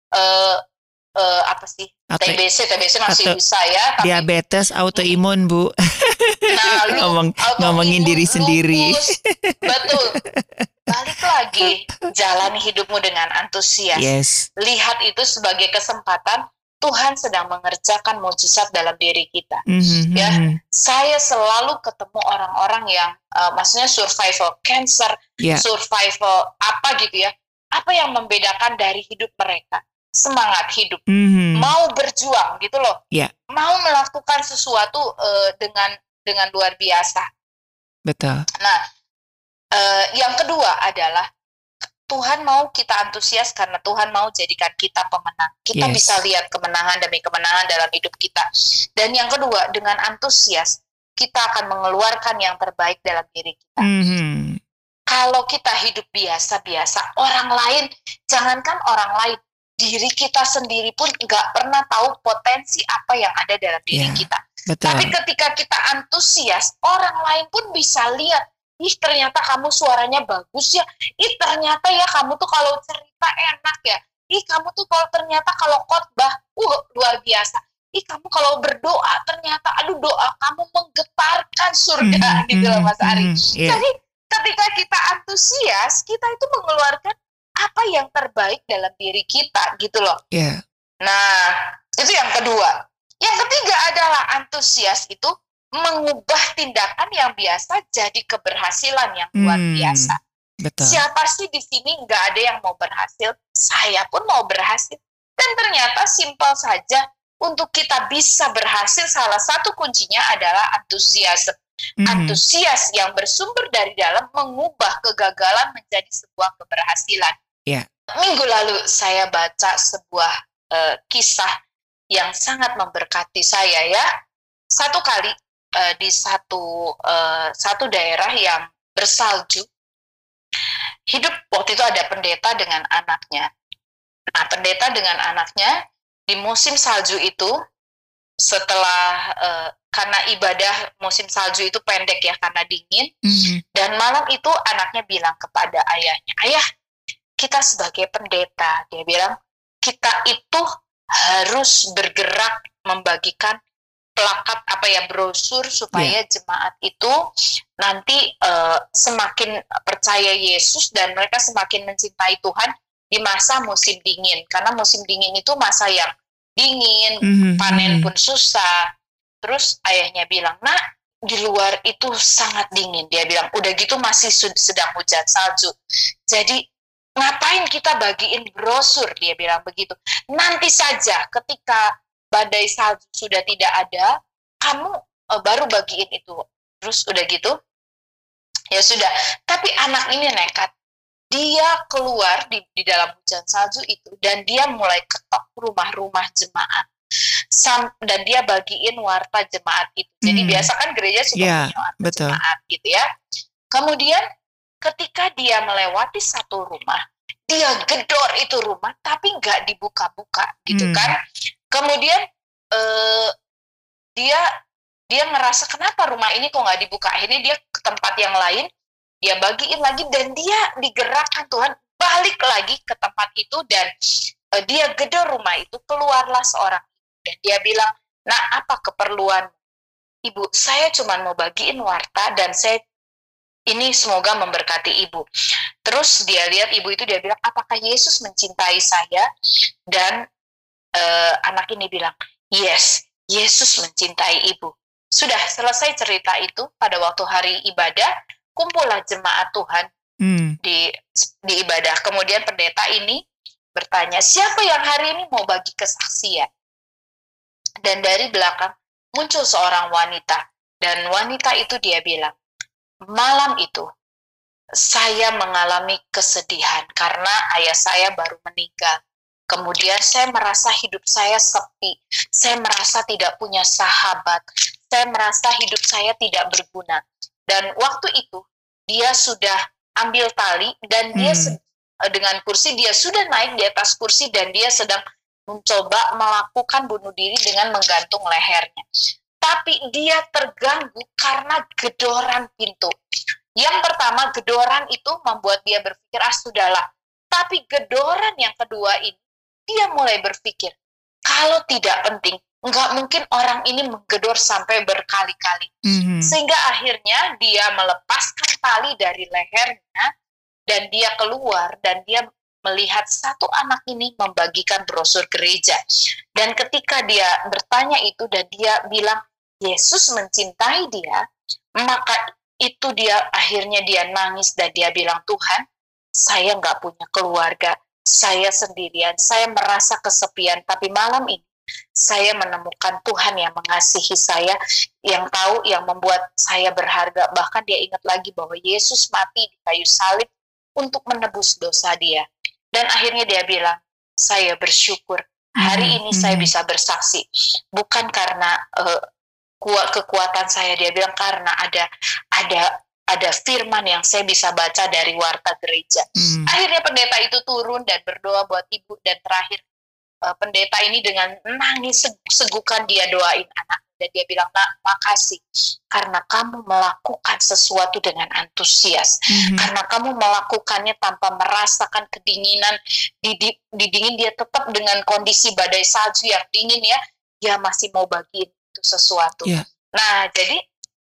apa sih, TBC masih bisa ya, tapi diabetes, autoimun Bu. Nah, ngomongin diri sendiri. Betul. Balik lagi, jalani hidupmu dengan antusias. Yes. Lihat itu sebagai kesempatan Tuhan sedang mengerjakan mujizat dalam diri kita. Ya, saya selalu ketemu orang-orang yang maksudnya survival cancer, survival apa gitu ya. Apa yang membedakan dari hidup mereka? Semangat hidup, mau berjuang gitu loh, mau melakukan sesuatu dengan luar biasa. Betul. Nah, yang kedua adalah Tuhan mau kita antusias karena Tuhan mau jadikan kita pemenang. Kita bisa lihat kemenangan demi kemenangan dalam hidup kita. Dan yang kedua, dengan antusias kita akan mengeluarkan yang terbaik dalam diri kita. Kalau kita hidup biasa-biasa, orang lain, jangankan orang lain, diri kita sendiri pun nggak pernah tahu potensi apa yang ada dalam diri kita. Betul. Tapi ketika kita antusias, orang lain pun bisa lihat, ih ternyata kamu suaranya bagus ya, ih ternyata ya kamu tuh kalau cerita enak ya, ih kamu tuh ternyata kalau khotbah luar biasa, ih kamu kalau berdoa ternyata aduh doa kamu menggetarkan surga gitu loh Mas Ari. Jadi ketika kita antusias, kita itu mengeluarkan apa yang terbaik dalam diri kita gitu loh. Nah, itu yang kedua. Yang ketiga adalah antusias itu mengubah tindakan yang biasa jadi keberhasilan yang luar biasa. Betul. Siapa sih di sini nggak ada yang mau berhasil? Saya pun mau berhasil. Dan ternyata simpel saja, untuk kita bisa berhasil salah satu kuncinya adalah antusias. Antusias yang bersumber dari dalam mengubah kegagalan menjadi sebuah keberhasilan. Minggu lalu saya baca sebuah kisah yang sangat memberkati saya ya. Satu kali di satu daerah yang bersalju, hidup waktu itu ada pendeta dengan anaknya. Nah, pendeta dengan anaknya di musim salju itu, setelah karena ibadah musim salju itu pendek ya karena dingin, dan malam itu anaknya bilang kepada ayahnya, ayah, kita sebagai pendeta, dia bilang, kita itu harus bergerak membagikan plakat brosur supaya jemaat itu nanti semakin percaya Yesus dan mereka semakin mencintai Tuhan di masa musim dingin, karena musim dingin itu masa yang dingin, panen pun susah. Terus ayahnya bilang, nah di luar itu sangat dingin, dia bilang, udah gitu masih sedang hujan salju, jadi ngapain kita bagiin brosur, dia bilang begitu. Nanti saja ketika badai salju sudah tidak ada, kamu baru bagiin itu. Terus udah gitu, ya sudah. Tapi anak ini nekat. Dia keluar di dalam hujan salju itu, dan dia mulai ketok rumah-rumah jemaat. Dan dia bagiin warta jemaat itu. Jadi biasa kan gereja suka punya warta jemaat gitu ya. Kemudian ketika dia melewati satu rumah, dia gedor itu rumah, tapi nggak dibuka-buka gitu kan. Kemudian dia ngerasa kenapa rumah ini kok nggak dibuka. Akhirnya dia ke tempat yang lain, dia bagiin lagi, dan dia digerakkan Tuhan balik lagi ke tempat itu, dan dia gedor rumah itu. Keluarlah seorang dan dia bilang, nah apa keperluan ibu? Saya cuma mau bagiin warta dan saya ini semoga memberkati ibu. Terus dia lihat ibu itu, dia bilang, apakah Yesus mencintai saya? Dan anak ini bilang, yes, Yesus mencintai ibu. Sudah selesai cerita itu, pada waktu hari ibadah, kumpullah jemaat Tuhan di ibadah. Kemudian pendeta ini bertanya, siapa yang hari ini mau bagi kesaksian? Dan dari belakang muncul seorang wanita. Dan wanita itu dia bilang, malam itu saya mengalami kesedihan karena ayah saya baru meninggal. Kemudian saya merasa hidup saya sepi, saya merasa tidak punya sahabat, saya merasa hidup saya tidak berguna. Dan waktu itu dia sudah ambil tali dan dia dengan kursi, dia sudah naik di atas kursi dan dia sedang mencoba melakukan bunuh diri dengan menggantung lehernya. Tapi dia terganggu karena gedoran pintu. Yang pertama, gedoran itu membuat dia berpikir, sudahlah. Tapi gedoran yang kedua ini, dia mulai berpikir, kalau tidak penting, nggak mungkin orang ini menggedor sampai berkali-kali. Sehingga akhirnya dia melepaskan tali dari lehernya, dan dia keluar, dan dia melihat satu anak ini membagikan brosur gereja. Dan ketika dia bertanya itu, dan dia bilang, Yesus mencintai dia, maka itu akhirnya dia nangis, dan dia bilang, Tuhan, saya nggak punya keluarga, saya sendirian, saya merasa kesepian, tapi malam ini, saya menemukan Tuhan yang mengasihi saya, yang tahu, yang membuat saya berharga. Bahkan dia ingat lagi bahwa Yesus mati di kayu salib untuk menebus dosa dia. Dan akhirnya dia bilang, saya bersyukur hari ini saya bisa bersaksi. Bukan karena kekuatan saya, dia bilang, karena ada firman yang saya bisa baca dari warta gereja. Akhirnya pendeta itu turun dan berdoa buat ibu, dan terakhir pendeta ini dengan nangis segukan dia doain anak, dan dia bilang, Nak, makasih karena kamu melakukan sesuatu dengan antusias, karena kamu melakukannya tanpa merasakan kedinginan, didingin dia tetap dengan kondisi badai salju yang dingin ya, dia masih mau bagiin itu sesuatu. Nah, jadi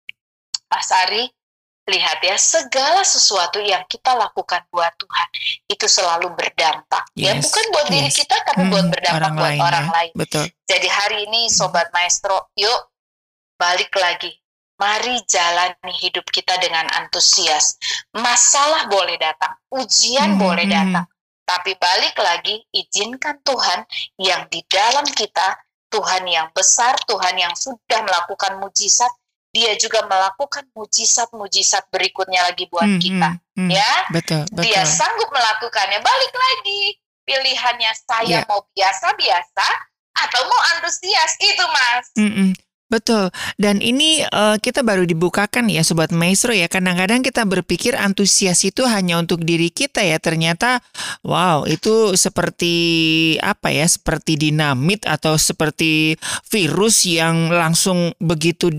Pak Sari, lihat ya, segala sesuatu yang kita lakukan buat Tuhan itu selalu berdampak. Ya, bukan buat diri kita, tapi buat berdampak buat orang lain. Betul. Jadi hari ini Sobat Maestro, yuk balik lagi. Mari jalani hidup kita dengan antusias. Masalah boleh datang, ujian boleh datang, tapi balik lagi, izinkan Tuhan yang di dalam kita, Tuhan yang besar, Tuhan yang sudah melakukan mujizat, dia juga melakukan mujizat-mujizat berikutnya lagi buat kita. Ya, betul. Dia sanggup melakukannya. Balik lagi, pilihannya saya mau biasa-biasa atau mau antusias, itu Mas. Betul. Dan ini kita baru dibukakan ya Sobat Maestro ya. Kadang-kadang kita berpikir antusias itu hanya untuk diri kita ya. Ternyata wow, itu seperti apa ya? Seperti dinamit atau seperti virus yang langsung begitu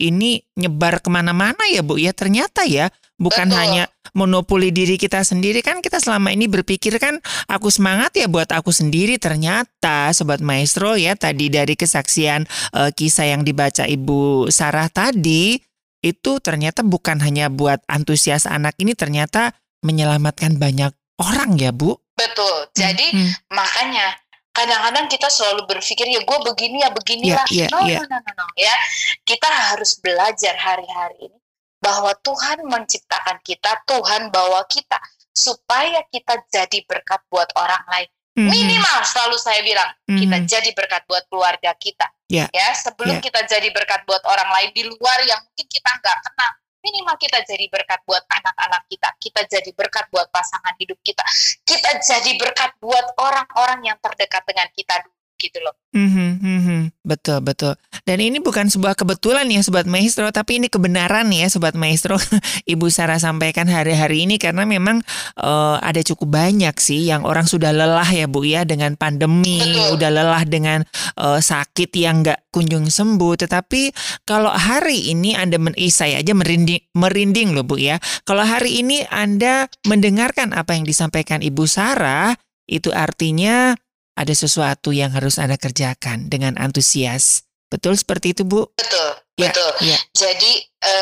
nyebar kemana-mana ya Bu ya. Ternyata ya bukan hanya monopoli diri kita sendiri. Kan kita selama ini berpikir kan aku semangat ya buat aku sendiri. Ternyata Sobat Maestro ya, tadi dari kesaksian kisah yang dibaca Ibu Sarah tadi, itu ternyata bukan hanya buat antusias anak ini, ternyata menyelamatkan banyak orang ya Bu. Betul. Jadi makanya kadang-kadang kita selalu berpikir ya gue begini ya beginilah. No. Ya, kita harus belajar hari-hari ini bahwa Tuhan menciptakan kita, Tuhan bawa kita supaya kita jadi berkat buat orang lain. Minimal selalu saya bilang, kita jadi berkat buat keluarga kita. Ya, sebelum kita jadi berkat buat orang lain di luar yang mungkin kita nggak kenal, minimal kita jadi berkat buat anak-anak kita jadi berkat buat pasangan hidup kita jadi berkat buat orang-orang yang terdekat dengan kita dulu, gitu loh. Betul. Dan ini bukan sebuah kebetulan ya Sobat Maestro, tapi ini kebenaran ya Sobat Maestro. Ibu Sarah sampaikan hari-hari ini karena memang ada cukup banyak sih yang orang sudah lelah ya Bu ya dengan pandemi, udah lelah dengan sakit yang nggak kunjung sembuh. Tetapi kalau hari ini Anda saya aja merinding loh Bu ya. Kalau hari ini Anda mendengarkan apa yang disampaikan Ibu Sarah, itu artinya ada sesuatu yang harus Anda kerjakan dengan antusias. Betul seperti itu, Bu? Betul. Jadi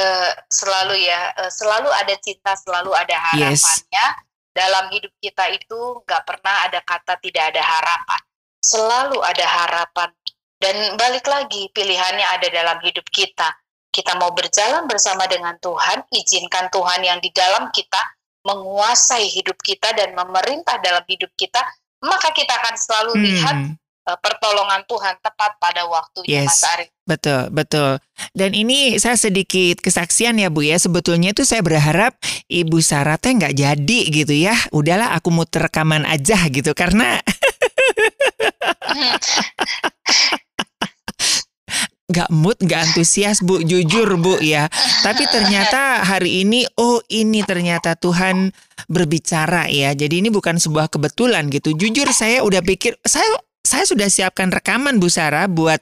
selalu ada cinta, selalu ada harapannya. Dalam hidup kita itu nggak pernah ada kata tidak ada harapan. Selalu ada harapan. Dan balik lagi, pilihannya ada dalam hidup kita. Kita mau berjalan bersama dengan Tuhan, izinkan Tuhan yang di dalam kita menguasai hidup kita dan memerintah dalam hidup kita, maka kita akan selalu lihat pertolongan Tuhan tepat pada waktunya, Mas Ari. Betul. Dan ini saya sedikit kesaksian ya Bu ya. Sebetulnya itu saya berharap Ibu Sarah teh nggak jadi gitu ya. Udahlah aku muter rekaman aja gitu karena nggak nggak antusias Bu, jujur Bu ya. Tapi ternyata hari ini, ini ternyata Tuhan berbicara ya. Jadi ini bukan sebuah kebetulan gitu. Jujur saya udah pikir, saya sudah siapkan rekaman Bu Sarah buat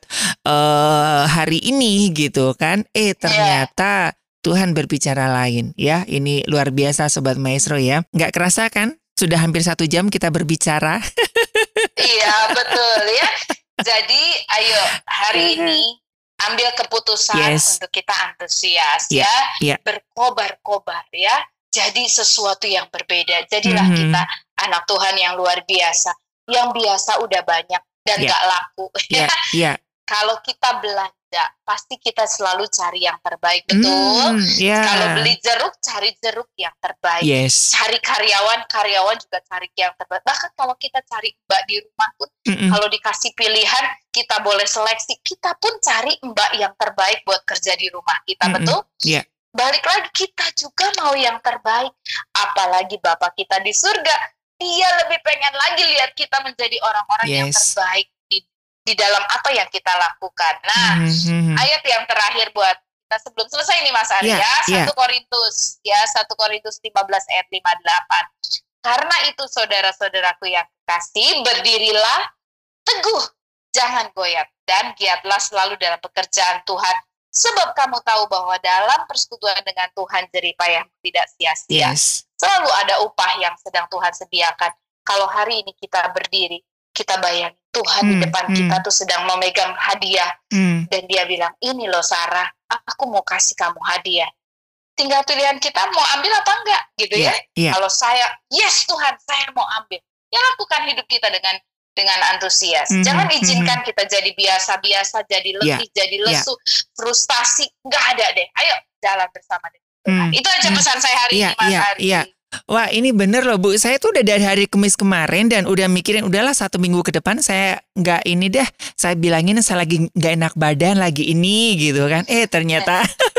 hari ini gitu kan. Ternyata Tuhan berbicara lain ya. Ini luar biasa Sobat Maestro ya. Nggak kerasa kan? Sudah hampir 1 jam kita berbicara. Iya betul ya. Jadi ayo hari ini ambil keputusan untuk kita antusias ya. Berkobar-kobar ya. Jadi sesuatu yang berbeda. Jadilah kita anak Tuhan yang luar biasa. Yang biasa udah banyak dan gak laku. Kalau kita belanja, pasti kita selalu cari yang terbaik, betul? Kalau beli jeruk, cari jeruk yang terbaik. Cari karyawan juga cari yang terbaik. Bahkan kalau kita cari mbak di rumah pun, kalau dikasih pilihan, kita boleh seleksi. Kita pun cari mbak yang terbaik buat kerja di rumah kita, betul? Balik lagi, kita juga mau yang terbaik. Apalagi Bapak kita di surga, Dia lebih pengen lagi lihat kita menjadi orang-orang yang terbaik di dalam apa yang kita lakukan. Nah, ayat yang terakhir buat kita sebelum selesai nih Mas Ari 1 Korintus 15 ayat 58. Karena itu saudara-saudaraku yang kekasih, berdirilah teguh, jangan goyah, dan giatlah selalu dalam pekerjaan Tuhan, sebab kamu tahu bahwa dalam persekutuan dengan Tuhan jerih payahmu tidak sia-sia. Selalu ada upah yang sedang Tuhan sediakan. Kalau hari ini kita berdiri, kita bayangin Tuhan di depan kita tuh sedang memegang hadiah. Dan Dia bilang, ini loh Sarah, aku mau kasih kamu hadiah. Tinggal pilihan kita mau ambil apa enggak gitu ya. Kalau saya, yes Tuhan, saya mau ambil. Ya lakukan hidup kita dengan antusias. Jangan izinkan kita jadi biasa-biasa, jadi letih, jadi lesu, frustasi. Enggak ada deh. Ayo jalan bersama dengan Tuhan. Itu aja pesan saya hari ini Mas Ari. Wah ini bener loh Bu, saya tuh udah dari hari Kamis kemarin dan udah mikirin udahlah 1 minggu ke depan saya nggak ini deh, saya bilangin saya lagi nggak enak badan lagi ini gitu kan, ternyata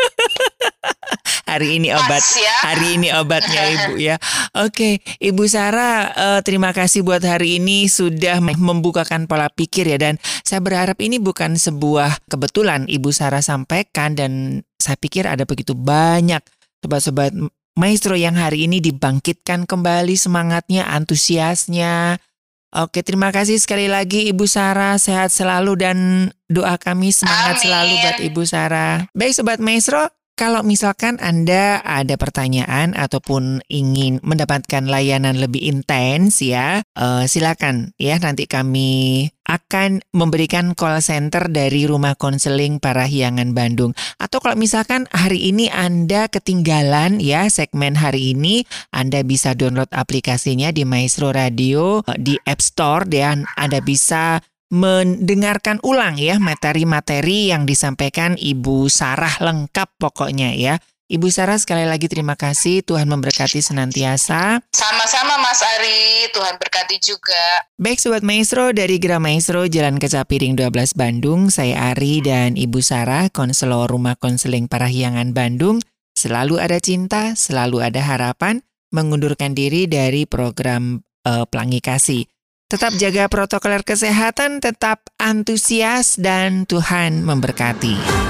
hari ini obatnya Ibu ya. Oke, Ibu Sarah, terima kasih buat hari ini sudah membukakan pola pikir ya, dan saya berharap ini bukan sebuah kebetulan Ibu Sarah sampaikan, dan saya pikir ada begitu banyak sobat-sobat Maestro yang hari ini dibangkitkan kembali semangatnya, antusiasnya. Oke, terima kasih sekali lagi Ibu Sarah, sehat selalu dan doa kami semangat selalu buat Ibu Sarah. Baik Sobat Maestro, kalau misalkan Anda ada pertanyaan ataupun ingin mendapatkan layanan lebih intens ya, silakan ya, nanti kami akan memberikan call center dari Rumah Konseling Parahyangan Bandung. Atau kalau misalkan hari ini Anda ketinggalan ya segmen hari ini, Anda bisa download aplikasinya di Maestro Radio di App Store, dan Anda bisa mendengarkan ulang ya materi-materi yang disampaikan Ibu Sarah, lengkap pokoknya ya. Ibu Sarah, sekali lagi terima kasih, Tuhan memberkati senantiasa. Sama-sama Mas Ari, Tuhan berkati juga. Baik Sobat Maestro, dari Geram Maestro Jalan Kecapiring 12 Bandung, saya Ari dan Ibu Sarah, konselor Rumah Konseling Parahyangan Bandung. Selalu ada cinta, selalu ada harapan, mengundurkan diri dari program Pelangi Kasih. Tetap jaga protokol kesehatan, tetap antusias, dan Tuhan memberkati.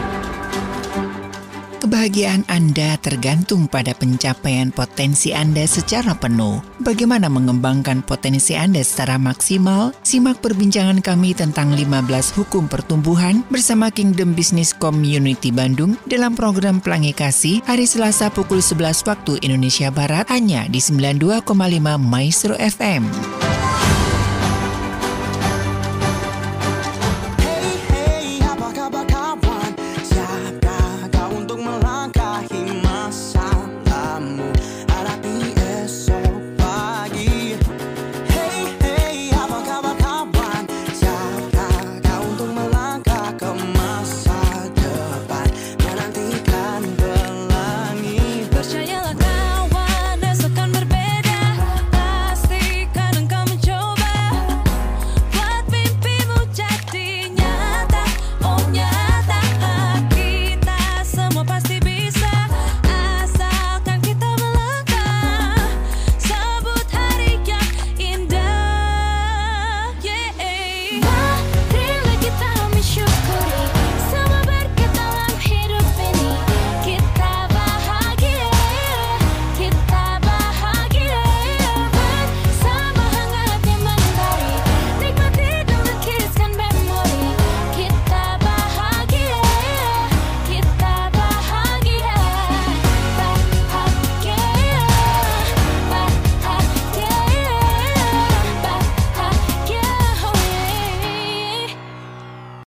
Kebahagiaan Anda tergantung pada pencapaian potensi Anda secara penuh. Bagaimana mengembangkan potensi Anda secara maksimal? Simak perbincangan kami tentang 15 hukum pertumbuhan bersama Kingdom Business Community Bandung dalam program Pelangi Kasih hari Selasa pukul 11 waktu Indonesia Barat, hanya di 92,5 Maestro FM.